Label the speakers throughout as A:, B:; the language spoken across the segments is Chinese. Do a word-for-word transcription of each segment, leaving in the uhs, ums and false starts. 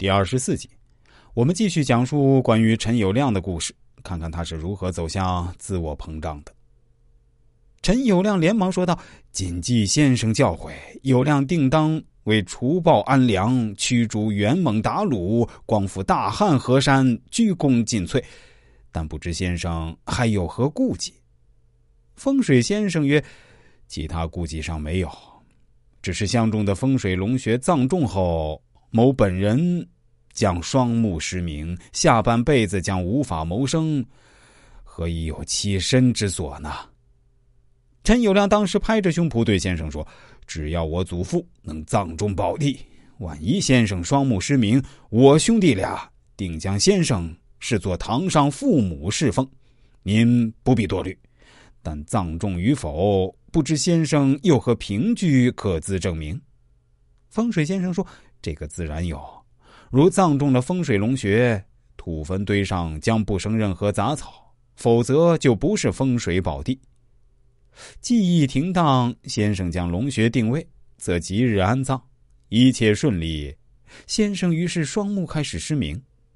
A: 第二十四集，我们继续讲述关于陈友谅的故事，看看他是如何走向自我膨胀的。陈友谅连忙说道：“谨记先生教诲，友谅定当为除暴安良，驱逐元猛鞑虏，光复大汉河山，鞠躬尽瘁。但不知先生还有何顾忌？”风水先生曰：“其他顾忌上没有，只是相中的风水龙穴葬中后，某本人将双目失明，下半辈子将无法谋生，何以有栖身之所呢？”陈友谅当时拍着胸脯对先生说：“只要我祖父能葬中宝地，万一先生双目失明，我兄弟俩定将先生视作堂上父母侍奉，您不必多虑。但葬中与否，不知先生有何凭据可资证明？”风水先生说：“这个自然有，如葬中的风水龙穴，土坟堆上将不生任何杂草，否则就不是风水宝地。”记忆停当，先生将龙穴定位，则即日安葬，一切顺利。先生于是双目开始失明。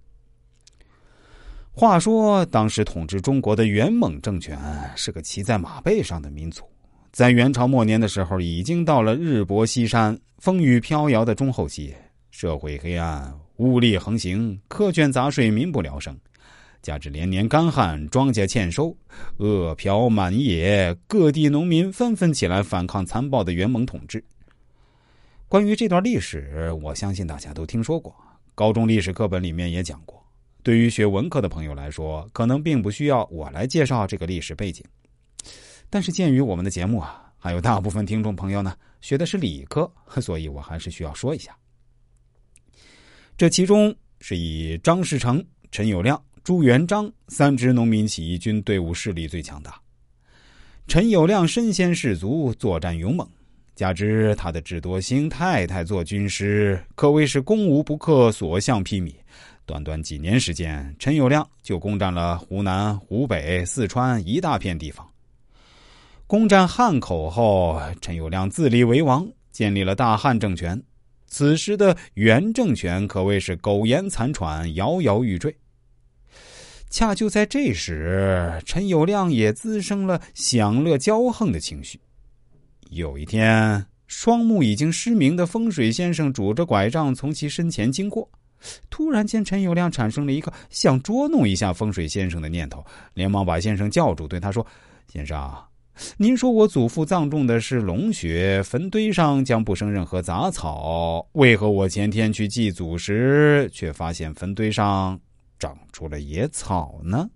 A: 话说当时统治中国的元猛政权是个骑在马背上的民族，在元朝末年的时候，已经到了日薄西山、风雨飘摇的中后期，社会黑暗，污吏横行，苛捐杂税，民不聊生。加之连年干旱，庄稼欠收，饿殍满野，各地农民纷纷起来反抗残暴的元猛统治。关于这段历史，我相信大家都听说过，高中历史课本里面也讲过。对于学文科的朋友来说，可能并不需要我来介绍这个历史背景。但是鉴于我们的节目啊，还有大部分听众朋友呢学的是理科，所以我还是需要说一下。这其中是以张士诚、陈友谅、朱元璋三支农民起义军队伍势力最强大。陈友谅身先士卒，作战勇猛，加之他的智多星太太做军师，可谓是攻无不克，所向披靡。短短几年时间，陈友谅就攻占了湖南、湖北、四川一大片地方。攻占汉口后，陈友谅自立为王，建立了大汉政权。此时的元政权可谓是苟延残喘，摇摇欲坠。恰就在这时，陈友谅也滋生了享乐骄横的情绪。有一天，双目已经失明的风水先生拄着拐杖从其身前经过，突然间陈友谅产生了一个想捉弄一下风水先生的念头，连忙把先生叫住，对他说：“先生，您说我祖父葬中的是龙穴，坟堆上将不生任何杂草，为何我前天去祭祖时却发现坟堆上长出了野草呢？”